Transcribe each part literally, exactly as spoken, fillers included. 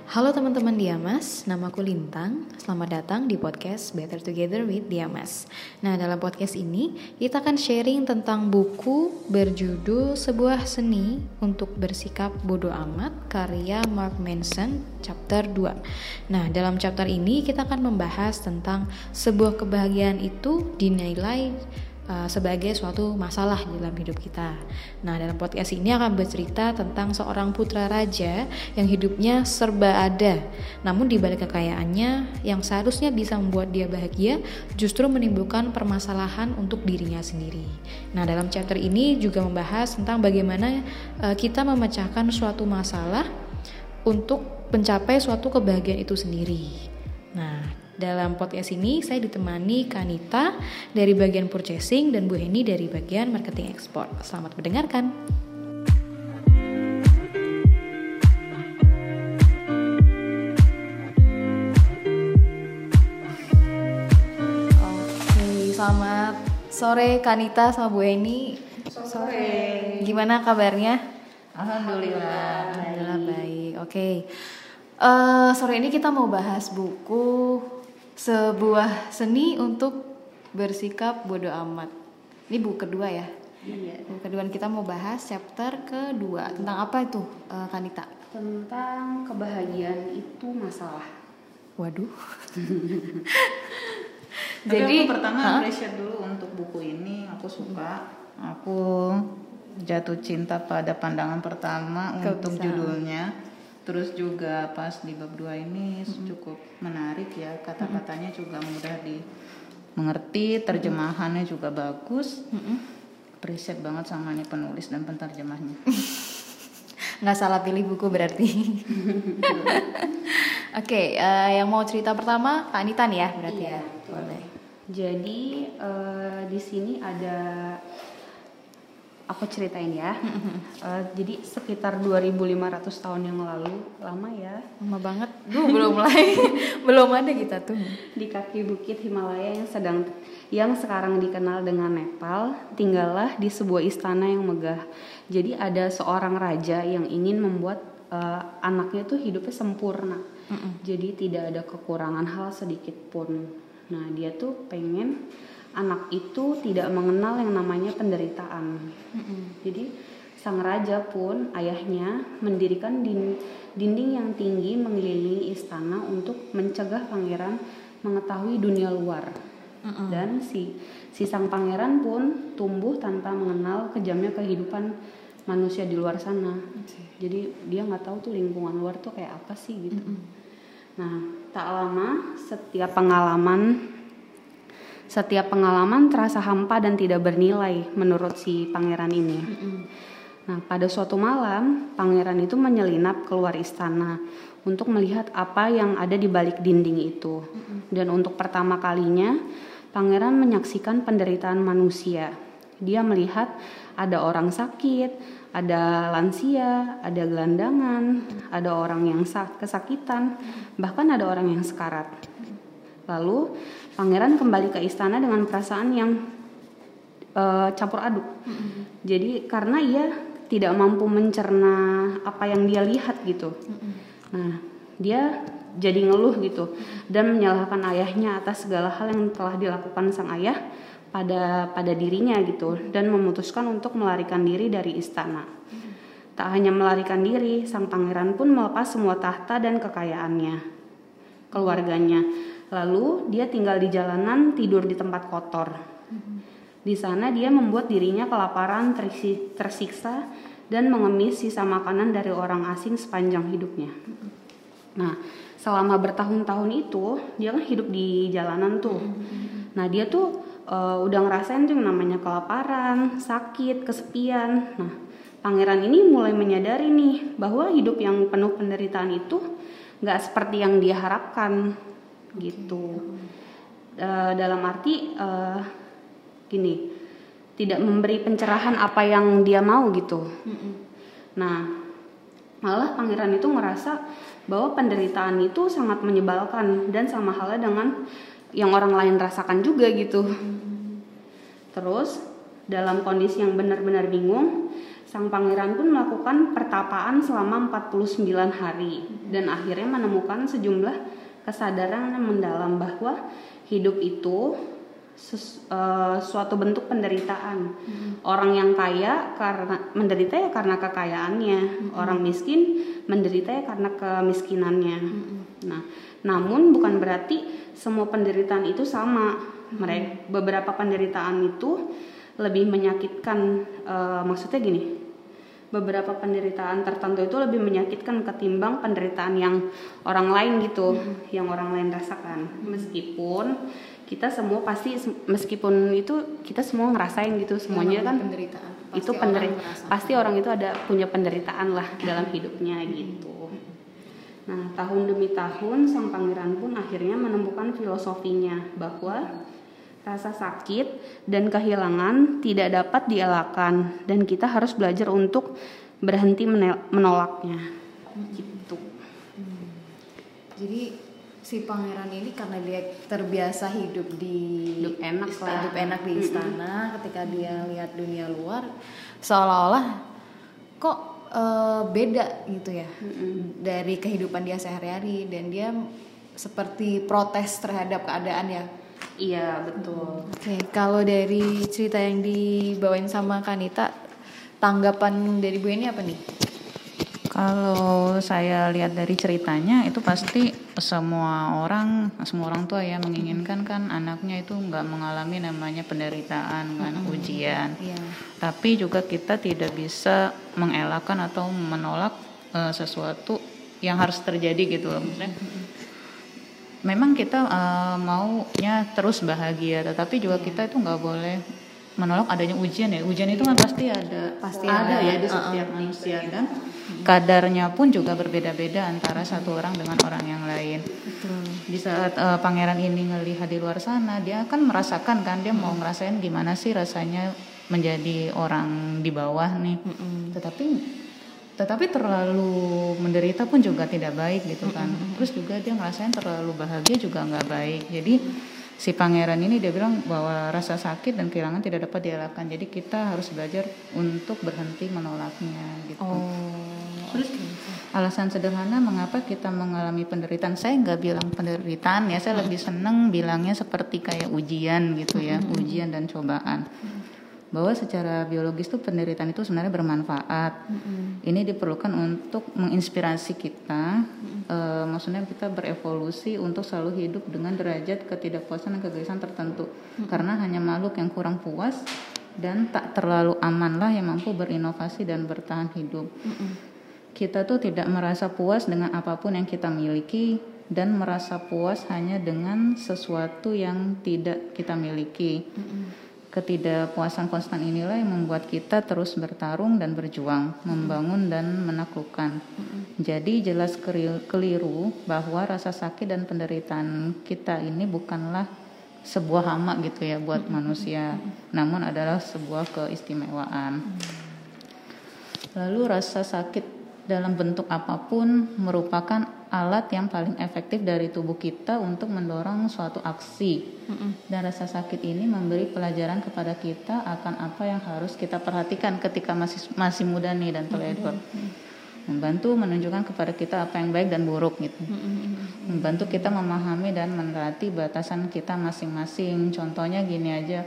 Halo teman-teman Diamas, namaku Lintang. Selamat datang di podcast Better Together with Diamas. Nah, dalam podcast ini kita akan sharing tentang buku berjudul Sebuah Seni untuk Bersikap Bodo Amat karya Mark Manson chapter dua. Nah, dalam chapter ini kita akan membahas tentang sebuah kebahagiaan itu dinilai Uh, sebagai suatu masalah dalam hidup kita. Nah, dalam podcast ini akan bercerita tentang seorang putra raja yang hidupnya serba ada, namun di balik kekayaannya yang seharusnya bisa membuat dia bahagia, justru menimbulkan permasalahan untuk dirinya sendiri. Nah, dalam chapter ini juga membahas tentang bagaimana uh, kita memecahkan suatu masalah untuk mencapai suatu kebahagiaan itu sendiri. Nah, dalam podcast ini saya ditemani Kanita dari bagian purchasing dan Bu Heni dari bagian marketing ekspor. Selamat mendengarkan. Oke, selamat sore Kanita sama Bu Heni. Sore. Gimana kabarnya? Alhamdulillah. Alhamdulillah baik. Oke. Uh, sore ini kita mau bahas buku Sebuah Seni untuk Bersikap Bodo Amat. Ini buku kedua ya? Iya. Buku kedua kita mau bahas chapter kedua. Tentang apa itu, uh, Kanita? Tentang kebahagiaan itu masalah. Waduh. Jadi aku pertama appreciate dulu untuk buku ini. Aku suka. Aku jatuh cinta pada pandangan pertama Kau untuk bisa. judulnya. Terus juga pas di bab dua ini mm-hmm. cukup menarik ya, kata-katanya mm-hmm. juga mudah dimengerti, terjemahannya mm-hmm. juga bagus. Mm-hmm. Appreciate banget sama nih penulis dan penterjemahnya. Nggak salah pilih buku berarti. Oke, okay, uh, yang mau cerita pertama Kak Anita nih ya berarti iya, ya. Boleh. Jadi uh, di sini ada aku ceritain ya. uh, jadi sekitar dua ribu lima ratus tahun yang lalu, lama ya. Lama banget. Duh, belum mulai. belum ada kita tuh. Di kaki bukit Himalaya yang sedang yang sekarang dikenal dengan Nepal, tinggallah di sebuah istana yang megah. Jadi ada seorang raja yang ingin membuat uh, anaknya tuh hidupnya sempurna. Mm-mm. Jadi tidak ada kekurangan hal sedikit pun. Nah, dia tuh pengen anak itu tidak mengenal yang namanya penderitaan. Mm-mm. Jadi sang raja pun ayahnya mendirikan din- dinding yang tinggi mengelilingi istana untuk mencegah pangeran mengetahui dunia luar. Mm-mm. Dan si si sang pangeran pun tumbuh tanpa mengenal kejamnya kehidupan manusia di luar sana. Okay. Jadi dia nggak tahu tuh lingkungan luar tuh kayak apa sih gitu. Mm-mm. Nah, tak lama setiap pengalaman Setiap pengalaman terasa hampa dan tidak bernilai menurut si pangeran ini. Mm-hmm. Nah, pada suatu malam, pangeran itu menyelinap keluar istana untuk melihat apa yang ada di balik dinding itu. Mm-hmm. Dan untuk pertama kalinya, pangeran menyaksikan penderitaan manusia. Dia melihat ada orang sakit, ada lansia, ada gelandangan, mm-hmm. ada orang yang kesakitan, mm-hmm. bahkan ada orang yang sekarat. Lalu pangeran kembali ke istana dengan perasaan yang uh, campur aduk. Mm-hmm. Jadi karena ia tidak mampu mencerna apa yang dia lihat gitu. Mm-hmm. Nah, dia jadi ngeluh gitu dan menyalahkan ayahnya atas segala hal yang telah dilakukan sang ayah pada pada dirinya gitu dan memutuskan untuk melarikan diri dari istana. Mm-hmm. Tak hanya melarikan diri, sang pangeran pun melepas semua tahta dan kekayaannya, keluarganya. Lalu dia tinggal di jalanan, tidur di tempat kotor. Mm-hmm. Di sana dia membuat dirinya kelaparan, tersik- tersiksa, dan mengemis sisa makanan dari orang asing sepanjang hidupnya. Mm-hmm. Nah, selama bertahun-tahun itu dia kan hidup di jalanan tuh. Mm-hmm. Nah, dia tuh uh, udah ngerasain tuh namanya kelaparan, sakit, kesepian. Nah, pangeran ini mulai menyadari nih bahwa hidup yang penuh penderitaan itu nggak seperti yang dia harapkan. Gitu. Uh, dalam arti uh, gini, tidak memberi pencerahan apa yang dia mau gitu. Mm-mm. Nah, malah pangeran itu merasa bahwa penderitaan itu sangat menyebalkan dan sama halnya dengan yang orang lain rasakan juga gitu. Mm-hmm. Terus dalam kondisi yang benar-benar bingung, sang pangeran pun melakukan pertapaan selama empat puluh sembilan hari dan akhirnya menemukan sejumlah kesadaran yang mendalam bahwa hidup itu Ses, uh, suatu bentuk penderitaan. Hmm. Orang yang kaya karena menderita ya karena kekayaannya, hmm. orang miskin menderita ya karena kemiskinannya. Hmm. Nah, namun bukan berarti semua penderitaan itu sama. Hmm. Mereka beberapa penderitaan itu lebih menyakitkan. Uh, maksudnya gini, beberapa penderitaan tertentu itu lebih menyakitkan ketimbang penderitaan yang orang lain gitu, hmm. yang orang lain rasakan. Meskipun kita semua pasti meskipun itu kita semua ngerasain gitu semuanya kan penderitaan. Pasti itu penderitaan pasti orang itu ada punya penderitaan lah dalam hidupnya gitu. Nah, tahun demi tahun sang pangeran pun akhirnya menemukan filosofinya bahwa rasa sakit dan kehilangan tidak dapat dielakkan dan kita harus belajar untuk berhenti menolaknya gitu. Hmm. Jadi si pangeran ini karena dia terbiasa hidup di hidup enak istana, lah. hidup enak di istana, mm-hmm. ketika dia lihat dunia luar seolah-olah kok uh, beda gitu ya, mm-hmm. dari kehidupan dia sehari-hari dan dia seperti protes terhadap keadaan ya. Iya betul. Oke, okay. Kalau dari cerita yang dibawain sama Kanita, tanggapan dari Bu ini apa nih? Kalau saya lihat dari ceritanya itu pasti semua orang, semua orang tua ya menginginkan kan anaknya itu nggak mengalami namanya penderitaan kan, mm-hmm. ujian. Yeah. Tapi juga kita tidak bisa mengelakkan atau menolak uh, sesuatu yang harus terjadi gitu loh. Maksudnya, mm-hmm. memang kita uh, maunya terus bahagia, tetapi juga yeah. kita itu nggak boleh menolak adanya ujian ya. Ujian itu kan pasti ada, pasti ada, ada ya di setiap uh-uh. manusia dan kadarnya pun juga berbeda-beda antara satu orang dengan orang yang lain. Betul. Di saat uh, pangeran ini ngelihat di luar sana, dia kan merasakan kan, dia mau ngerasain gimana sih rasanya menjadi orang di bawah nih. Mm-hmm. Tetapi tetapi terlalu menderita pun juga tidak baik gitu kan. Mm-hmm. Terus juga dia ngerasain terlalu bahagia juga nggak baik. Jadi si pangeran ini dia bilang bahwa rasa sakit dan kehilangan tidak dapat dielakkan. Jadi kita harus belajar untuk berhenti menolaknya gitu. Oh, terus okay. alasan sederhana mengapa kita mengalami penderitaan. Saya nggak bilang penderitaan ya, saya lebih seneng bilangnya seperti kayak ujian gitu ya, mm-hmm. ujian dan cobaan. Mm-hmm. Bahwa secara biologis tuh penderitaan itu sebenarnya bermanfaat. Mm-hmm. Ini diperlukan untuk menginspirasi kita. Mm-hmm. E, maksudnya kita berevolusi untuk selalu hidup dengan derajat ketidakpuasan dan kegelisahan tertentu. Mm-hmm. Karena hanya makhluk yang kurang puas dan tak terlalu aman lah yang mampu berinovasi dan bertahan hidup. Mm-hmm. Kita tuh tidak merasa puas dengan apapun yang kita miliki dan merasa puas hanya dengan sesuatu yang tidak kita miliki. Mm-hmm. Ketidakpuasan konstan inilah yang membuat kita terus bertarung dan berjuang, mm-hmm. membangun dan menaklukkan. Mm-hmm. Jadi jelas keliru bahwa rasa sakit dan penderitaan kita ini bukanlah sebuah hama gitu ya buat mm-hmm. manusia, mm-hmm. namun adalah sebuah keistimewaan. Mm-hmm. Lalu rasa sakit dalam bentuk apapun merupakan alat yang paling efektif dari tubuh kita untuk mendorong suatu aksi. Mm-mm. Dan rasa sakit ini memberi pelajaran kepada kita akan apa yang harus kita perhatikan ketika masih masih muda nih dan teledor. Mm-hmm. Membantu menunjukkan kepada kita apa yang baik dan buruk gitu. Mm-hmm. Membantu kita memahami dan menerati batasan kita masing-masing. Contohnya gini aja.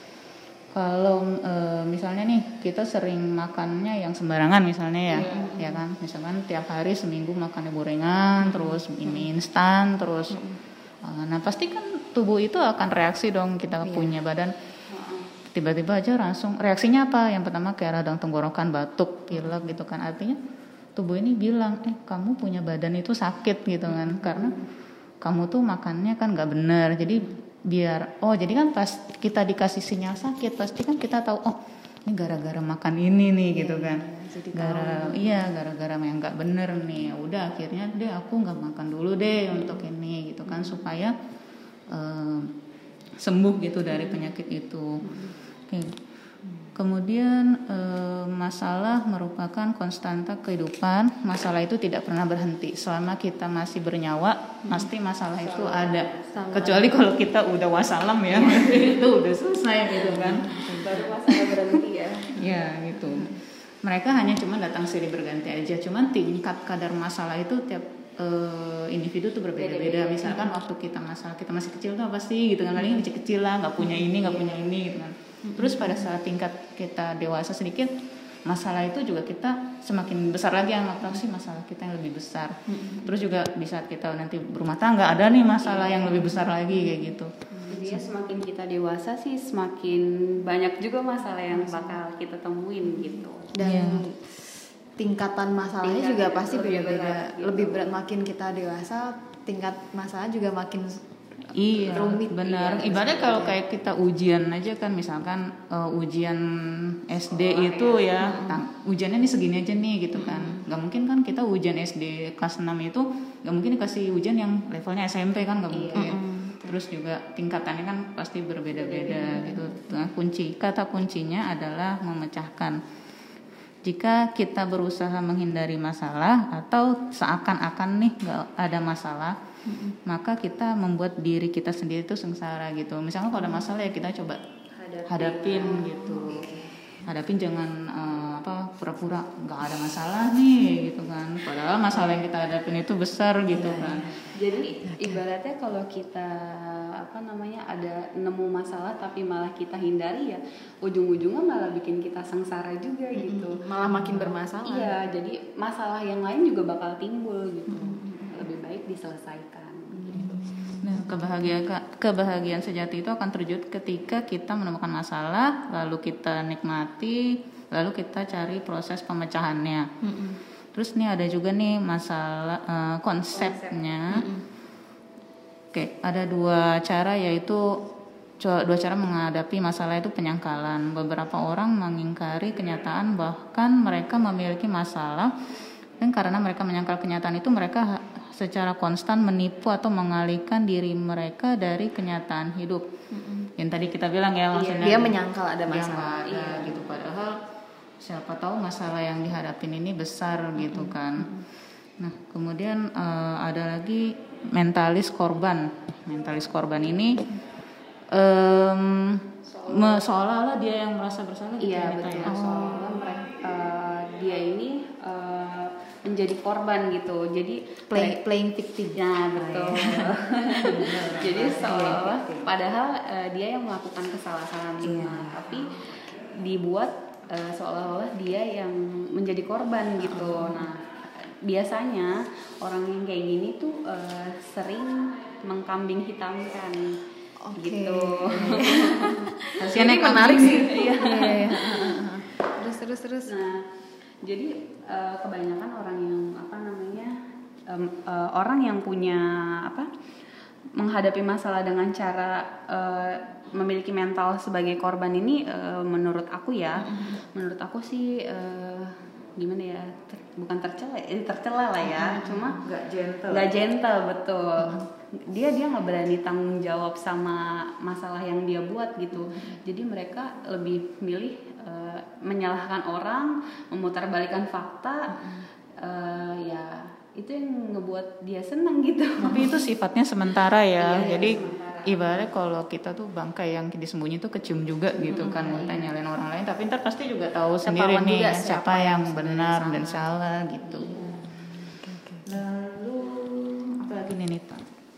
Kalau e, misalnya nih kita sering makannya yang sembarangan misalnya ya, yeah. ya kan, misalkan tiap hari seminggu makannya gorengan, mm-hmm. terus mie instan, terus, mm-hmm. nah pasti kan tubuh itu akan reaksi dong kita yeah. punya badan, tiba-tiba aja langsung reaksinya apa? Yang pertama kayak radang tenggorokan, batuk, pilek gitu kan, artinya tubuh ini bilang, eh kamu punya badan itu sakit gitu kan, karena kamu tuh makannya kan nggak benar, jadi biar oh jadi kan pas kita dikasih sinyal sakit pasti kan kita tahu oh ini gara-gara makan ini nih yeah, gitu kan yeah, gara iya gara-gara yang nggak bener nih ya udah akhirnya deh aku nggak makan dulu deh yeah. untuk ini gitu kan supaya uh, sembuh gitu dari penyakit itu. Okay. Kemudian e, masalah merupakan konstanta kehidupan. Masalah itu tidak pernah berhenti selama kita masih bernyawa. Hmm. Pasti masalah itu ada. Salah. Kecuali kalau kita udah wassalam ya, itu udah selesai gitu kan. Baru masalah berhenti ya. Ya gitu. mereka hanya cuma datang silih berganti aja, cuman tingkat kadar masalah itu tiap uh, individu tuh berbeda-beda. Misalkan hmm. waktu kita masalah kita masih kecil tuh apa sih gitu kan, paling kecil-kecil lah, nggak punya ini nggak punya ini gitu kan. Terus pada saat tingkat kita dewasa sedikit, masalah itu juga kita semakin besar lagi, yang sih masalah kita yang lebih besar. Mm-hmm. Terus juga di saat kita nanti berumah tangga ada nih masalah yang lebih besar lagi kayak gitu. Jadi ya semakin kita dewasa sih semakin banyak juga masalah yang bakal kita temuin gitu. Dan yeah. tingkatan masalahnya tingkat juga pasti beda-beda. Berat, gitu. Lebih berat makin kita dewasa, tingkat masalah juga makin iya, rumit. Benar. Iya, ibaratnya kalau kayak kita ujian aja kan, misalkan uh, ujian S D oh, itu ya, ya hmm. ujiannya nih segini aja nih gitu kan. Hmm. Gak mungkin kan kita ujian S D kelas enam itu gak mungkin dikasih ujian yang levelnya S M P kan, gak mungkin. Iya. Terus juga tingkatannya kan pasti berbeda-beda gitu. Nah, kunci kata kuncinya adalah memecahkan. Jika kita berusaha menghindari masalah atau seakan-akan nih gak ada masalah, mm-hmm. maka kita membuat diri kita sendiri tuh sengsara gitu. Misalnya kalau ada masalah ya kita coba hadapin, hadapin gitu. Hadapin, jangan uh, apa pura-pura nggak ada masalah nih gitu kan. Padahal masalah yang kita hadapin itu besar gitu ya, kan. Jadi ibaratnya kalau kita apa namanya ada nemu masalah tapi malah kita hindari, ya ujung-ujungnya malah bikin kita sengsara juga mm-hmm. gitu. Malah makin bermasalah. Iya, jadi masalah yang lain juga bakal timbul gitu. Mm-hmm. Lebih baik diselesaikan. Nah, kebahagiaan kebahagiaan sejati itu akan terwujud ketika kita menemukan masalah, lalu kita nikmati, lalu kita cari proses pemecahannya. Mm-hmm. Terus nih ada juga nih masalah uh, konsepnya. Mm-hmm. Oke, ada dua cara, yaitu dua cara menghadapi masalah itu penyangkalan. Beberapa orang mengingkari kenyataan bahkan mereka memiliki masalah, dan karena mereka menyangkal kenyataan itu, mereka secara konstan menipu atau mengalihkan diri mereka dari kenyataan hidup. Mm-hmm. Yang tadi kita bilang ya, maksudnya dia menyangkal ada masalah, ada, iya. gitu. Padahal siapa tahu masalah yang dihadapin ini besar mm-hmm. gitu kan. Mm-hmm. Nah, kemudian uh, ada lagi mentalis korban. Mentalis korban ini um, me- seolah-olah dia yang merasa bersalah. Iya, betul. Ya? Seolah-olah mereka, uh, dia ini uh, menjadi korban gitu, jadi Play, playing victim. Ya betul. Jadi seolah-olah padahal uh, dia yang melakukan kesalahan, yeah. nah, tapi dibuat uh, seolah-olah dia yang menjadi korban gitu. Nah, biasanya orang yang kayak gini tuh uh, sering mengkambing hitamkan. Okay. Gitu. Hasilnya menarik sih. Iya. Terus terus terus. Nah, jadi uh, kebanyakan orang yang apa namanya um, uh, orang yang punya apa menghadapi masalah dengan cara uh, memiliki mental sebagai korban ini, uh, menurut aku ya, mm-hmm. menurut aku sih uh, gimana ya, ter, bukan tercela, eh, tercela lah ya, mm-hmm. cuma nggak gentle, nggak gentle betul. Mm-hmm. Dia dia nggak berani tanggung jawab sama masalah yang dia buat gitu. Mm-hmm. Jadi mereka lebih milih Uh, menyalahkan orang, memutarbalikkan fakta, mm-hmm. uh, ya itu yang ngebuat dia senang gitu. Tapi itu sifatnya sementara ya. Iya, jadi sementara. Ibaratnya kalau kita tuh bangkai yang disembunyi tuh kecium juga gitu, mm-hmm. kan, kita iya. nyalain orang lain, tapi ntar pasti juga tahu sendiri nih siapa, siapa yang benar dan salah gitu. Iya. Okay, okay. Lalu apa lagi nih Nita?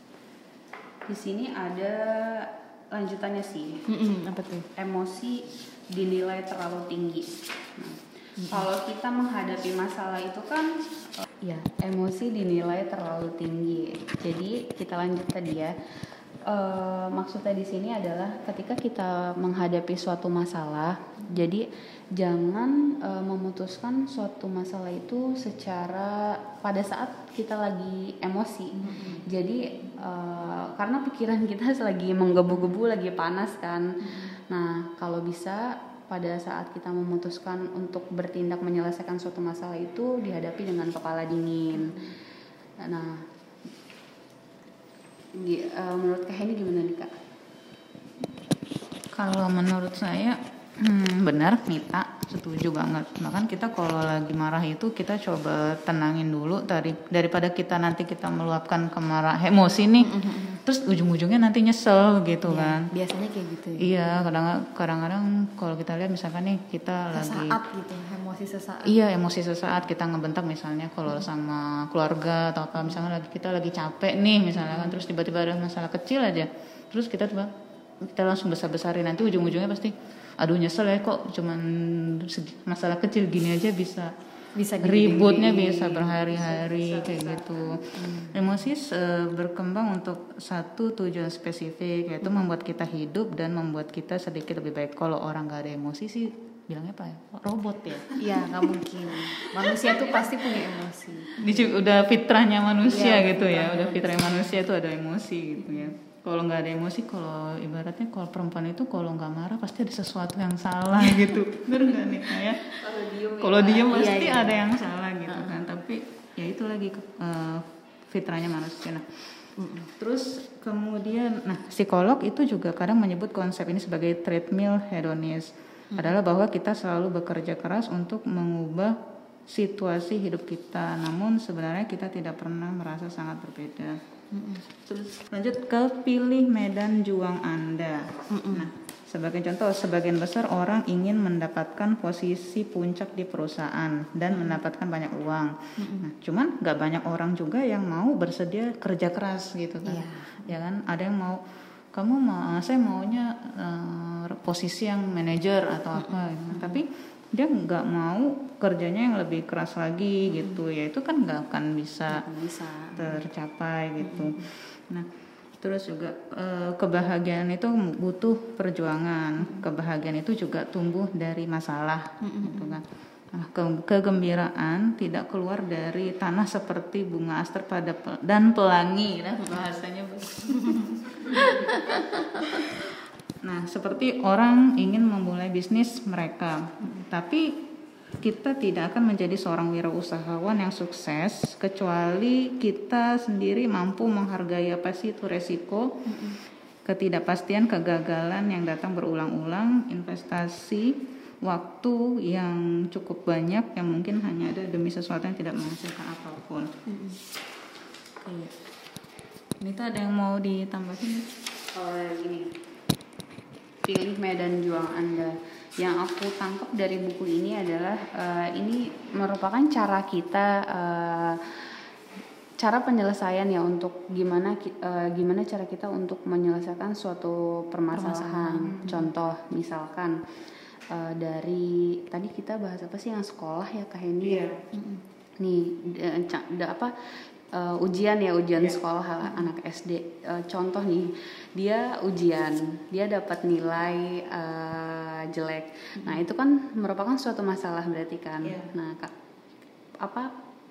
Di sini ada lanjutannya sih. Mm-hmm. Apa tuh? Emosi dinilai terlalu tinggi. Nah, mm-hmm. kalau kita menghadapi masalah itu kan, ya emosi dinilai terlalu tinggi. Jadi kita lanjut tadi ya. Uh, maksudnya di sini adalah ketika kita menghadapi suatu masalah, jadi jangan uh, memutuskan suatu masalah itu secara pada saat kita lagi emosi. Mm-hmm. Jadi uh, karena pikiran kita lagi menggebu-gebu, lagi panas kan. Mm-hmm. Nah, kalau bisa pada saat kita memutuskan untuk bertindak menyelesaikan suatu masalah itu dihadapi dengan kepala dingin. Nah, menurut Kak Heni gimana nih Kak? Kalau menurut saya hmm, benar Nita, setuju banget. Bahkan kita kalau lagi marah itu kita coba tenangin dulu, dari daripada kita nanti kita meluapkan kemarahan emosi nih. Mm-hmm. terus ujung-ujungnya nanti nyesel gitu ya, kan. Biasanya kayak gitu ya. Iya, kadang- kadang-kadang kalau kita lihat misalkan nih kita lagi Sesaat gitu, emosi sesaat. iya emosi sesaat kita ngebentak misalnya kalau sama keluarga atau apa, misalnya lagi kita lagi capek nih misalnya kan, terus tiba-tiba ada masalah kecil aja, terus kita tiba kita langsung besar-besarin, nanti ujung-ujungnya pasti aduh nyesel ya kok cuman segi- masalah kecil gini aja bisa Bisa ributnya gede-gede. bisa berhari-hari kayak gitu. Emosi eh, berkembang untuk satu tujuan spesifik, yaitu membuat kita hidup dan membuat kita sedikit lebih baik. Kalau orang nggak ada emosi sih bilangnya apa ya, robot ya. Iya, nggak mungkin. Manusia tuh pasti punya emosi. Ini juga udah fitrahnya manusia Iya, gitu ya, fitrahnya udah fitrahnya manusia itu ada emosi gitu ya. Kalau nggak ada emosi, kalau ibaratnya kalau perempuan itu kalau nggak marah pasti ada sesuatu yang salah gitu, bener nggak nih kayak? Kalau diem pasti Iya, iya. ada yang salah gitu kan. Tapi ya itu lagi uh, fitrahnya manusia. Nah, terus kemudian, nah psikolog itu juga kadang menyebut konsep ini sebagai treadmill hedonis, adalah bahwa kita selalu bekerja keras untuk mengubah situasi hidup kita, namun sebenarnya kita tidak pernah merasa sangat berbeda. Terus lanjut ke pilih medan juang Anda. Nah, sebagai contoh, sebagian besar orang ingin mendapatkan posisi puncak di perusahaan dan mendapatkan banyak uang. Nah, cuman nggak banyak orang juga yang mau bersedia kerja keras gitu kan. Iya. Ya kan, ada yang mau, kamu mau, saya maunya uh, posisi yang manajer atau apa gitu. Tapi dia nggak mau kerjanya yang lebih keras lagi gitu, ya itu kan nggak akan bisa, bisa tercapai gitu. Nah, terus juga eh, kebahagiaan itu butuh perjuangan, kebahagiaan itu juga tumbuh dari masalah gitu kan. Nah, ke- kegembiraan tidak keluar dari tanah seperti bunga aster pada pe- dan pelangi, nah bahasanya Nah, seperti orang ingin memulai bisnis mereka, tapi kita tidak akan menjadi seorang wirausahawan yang sukses kecuali kita sendiri mampu menghargai apa sih itu resiko, ketidakpastian, kegagalan yang datang berulang-ulang, investasi, waktu yang cukup banyak yang mungkin hanya ada demi sesuatu yang tidak menghasilkan apapun. Oke. Ini tuh ada yang mau ditambahin? Oh, gini. Pilih medan juang Anda. Yang aku tangkap dari buku ini adalah uh, ini merupakan cara kita uh, cara penyelesaian ya untuk gimana uh, gimana cara kita untuk menyelesaikan suatu permasalahan. permasalahan. Contoh misalkan uh, dari tadi kita bahas apa sih yang sekolah ya Kak Hendy? Iya. Nih uh, apa Uh, ujian ya ujian yeah. sekolah mm-hmm. anak S D. Uh, contoh nih, dia ujian, dia dapat nilai uh, jelek. Mm-hmm. Nah itu kan merupakan suatu masalah berarti kan. Yeah. Nah kak, apa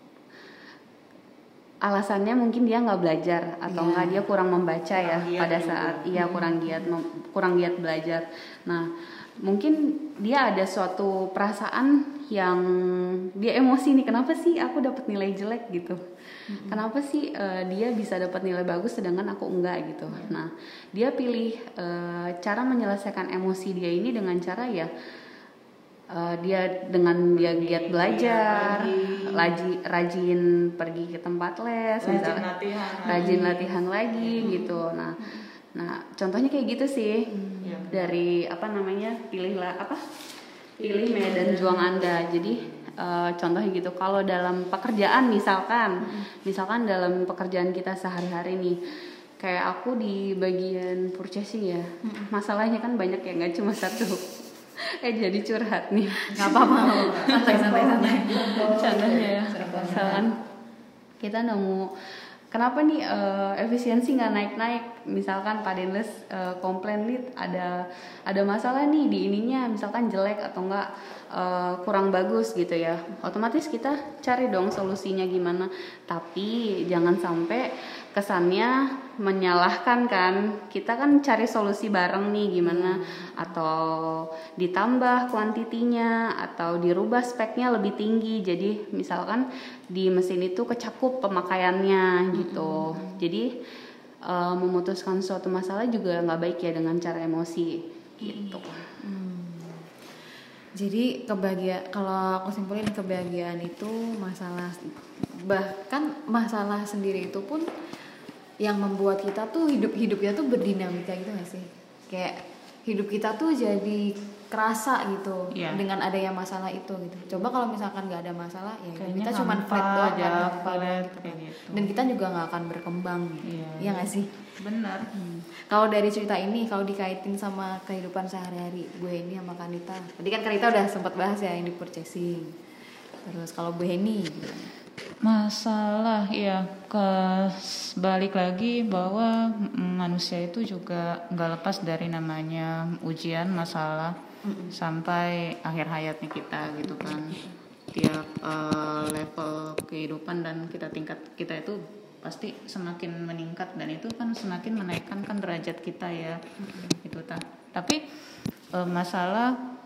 alasannya mungkin dia nggak belajar atau yeah. nggak dia kurang membaca ya kurang pada saat juga. Iya kurang giat mm-hmm. kurang giat belajar. Nah mungkin dia ada suatu perasaan yang dia emosi nih, kenapa sih aku dapat nilai jelek gitu, mm-hmm. kenapa sih uh, dia bisa dapat nilai bagus sedangkan aku enggak gitu. Mm-hmm. Nah dia pilih uh, cara menyelesaikan emosi dia ini dengan cara ya uh, dia dengan dia giat belajar, rajin, rajin pergi ke tempat les, rajin misalnya latihan rajin latihan lagi mm-hmm. gitu. Nah nah contohnya kayak gitu sih. Mm-hmm. Dari apa namanya pilihlah apa pilih medan juang Anda. Jadi uh, contohnya gitu, kalau dalam pekerjaan misalkan hmm. misalkan dalam pekerjaan kita sehari-hari nih, kayak aku di bagian purchasing ya, hmm. masalahnya kan banyak ya, nggak cuma satu. eh jadi curhat nih, nggak apa-apa, santai santai santai. Contohnya ya, misalkan kita nemu kenapa nih uh, efisiensi nggak naik-naik, misalkan Pak Denles uh, komplain nih ada ada masalah nih di ininya, misalkan jelek atau enggak uh, kurang bagus gitu ya, otomatis kita cari dong solusinya gimana, tapi jangan sampai kesannya menyalahkan kan, kita kan cari solusi bareng nih gimana, atau ditambah kuantitinya atau dirubah speknya lebih tinggi, jadi misalkan di mesin itu kecakup pemakaiannya gitu. Mm-hmm. Jadi uh, memutuskan suatu masalah juga nggak baik ya dengan cara emosi gitu. Hmm. Jadi kebahagiaan, kalau aku simpulin kebahagiaan itu masalah, bahkan masalah sendiri itu pun yang membuat kita tuh hidup-hidupnya tuh berdinamika gitu gak sih? Kayak hidup kita tuh jadi kerasa gitu yeah. dengan adanya masalah itu gitu. Coba kalau misalkan nggak ada masalah ya kayaknya kita cuma flat doang aja, flat gitu. Gitu. Dan kita juga nggak akan berkembang gitu. Iya yeah. nggak sih? Benar. Hmm. Kalau dari cerita ini kalau dikaitin sama kehidupan sehari-hari Bu Heni sama Kanita, tadi kan Kanita udah sempat bahas ya yang di purchasing. Terus kalau Bu Heni gimana? Masalah ya ke balik lagi bahwa manusia itu juga nggak lepas dari namanya ujian masalah mm-hmm. sampai akhir hayatnya kita gitu kan. Tiap uh, level kehidupan dan kita tingkat kita itu pasti semakin meningkat dan itu kan semakin menaikkan kan derajat kita ya mm-hmm. itu ta. Tapi uh, masalah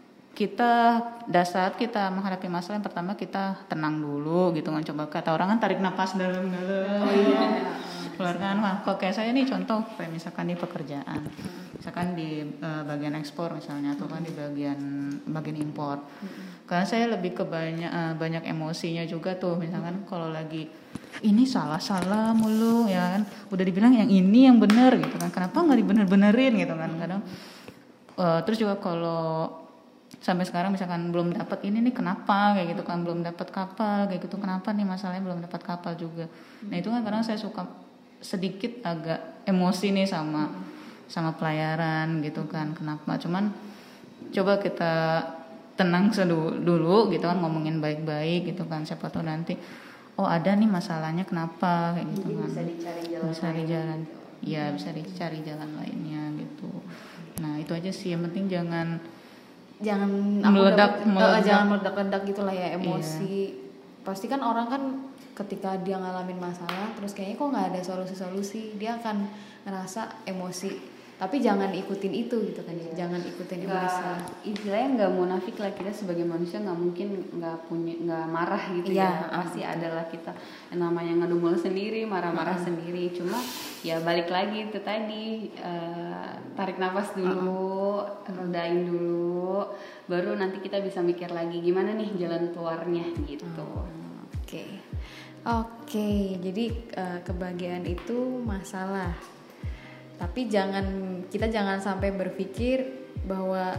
kita dasar kita menghadapi masalah yang pertama kita tenang dulu gitu kan, coba kata orang kan tarik nafas dalam-dalam oh, iya. keluarkan. Wah kok kayak saya nih contoh kayak misalkan di pekerjaan misalkan di uh, bagian ekspor misalnya atau kan di bagian bagian impor karena saya lebih ke banyak uh, banyak emosinya juga tuh misalkan kalau lagi ini salah-salah mulu ya kan udah dibilang yang ini yang benar gitu kan kenapa nggak dibener-benerin gitu kan kadang uh, terus juga kalau sampai sekarang misalkan belum dapat ini nih kenapa kayak gitu kan belum dapat kapal kayak gitu kenapa nih masalahnya belum dapat kapal juga nah itu kan kadang saya suka sedikit agak emosi nih sama sama pelayaran gitu kan kenapa cuman coba kita tenang dulu gitu kan ngomongin baik-baik gitu kan siapa tahu nanti oh ada nih masalahnya kenapa kayak gitu kan bisa dicari jalan bisa di jalan ya bisa dicari jalan lainnya gitu nah itu aja sih yang penting jangan jangan meledak, meledak. Uh, jangan meledak-ledak gitulah ya emosi iya. Pasti kan orang kan ketika dia ngalamin masalah terus kayaknya kok nggak ada solusi-solusi dia akan ngerasa emosi tapi jangan ikutin itu gitu kan ya jangan ikutin emosi istilahnya nggak munafik lah kita sebagai manusia nggak mungkin nggak punya nggak marah gitu ya, ya. Pasti uh, adalah kita yang namanya ngedumel sendiri marah-marah uh. sendiri cuma ya balik lagi itu tadi uh, tarik nafas dulu uh. redain dulu baru nanti kita bisa mikir lagi gimana nih jalan keluarnya gitu. uh, oke okay. oke okay. Jadi uh, kebahagiaan itu masalah tapi jangan kita jangan sampai berpikir bahwa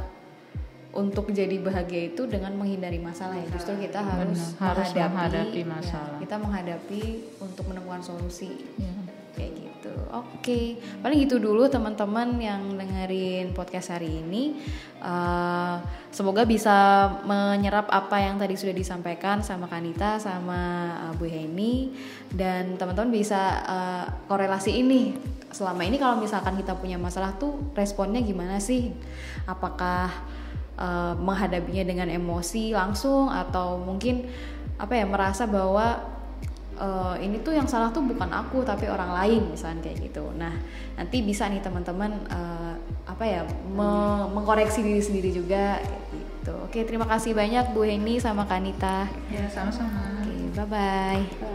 untuk jadi bahagia itu dengan menghindari masalah ya justru kita harus Benar, harus menghadapi, menghadapi masalah ya, kita menghadapi untuk menemukan solusi ya. Kayak gitu. Oke paling gitu dulu teman-teman yang dengerin podcast hari ini uh, semoga bisa menyerap apa yang tadi sudah disampaikan sama Kanita sama uh, Bu Heni dan teman-teman bisa uh, korelasi ini selama ini kalau misalkan kita punya masalah tuh responnya gimana sih? Apakah uh, menghadapinya dengan emosi langsung atau mungkin apa ya merasa bahwa uh, ini tuh yang salah tuh bukan aku tapi orang lain misalnya kayak gitu. Nah nanti bisa nih teman-teman uh, apa ya me- mengkoreksi diri sendiri juga gitu. Oke terima kasih banyak Bu Heni sama Kanita. Ya sama-sama. Oke bye bye.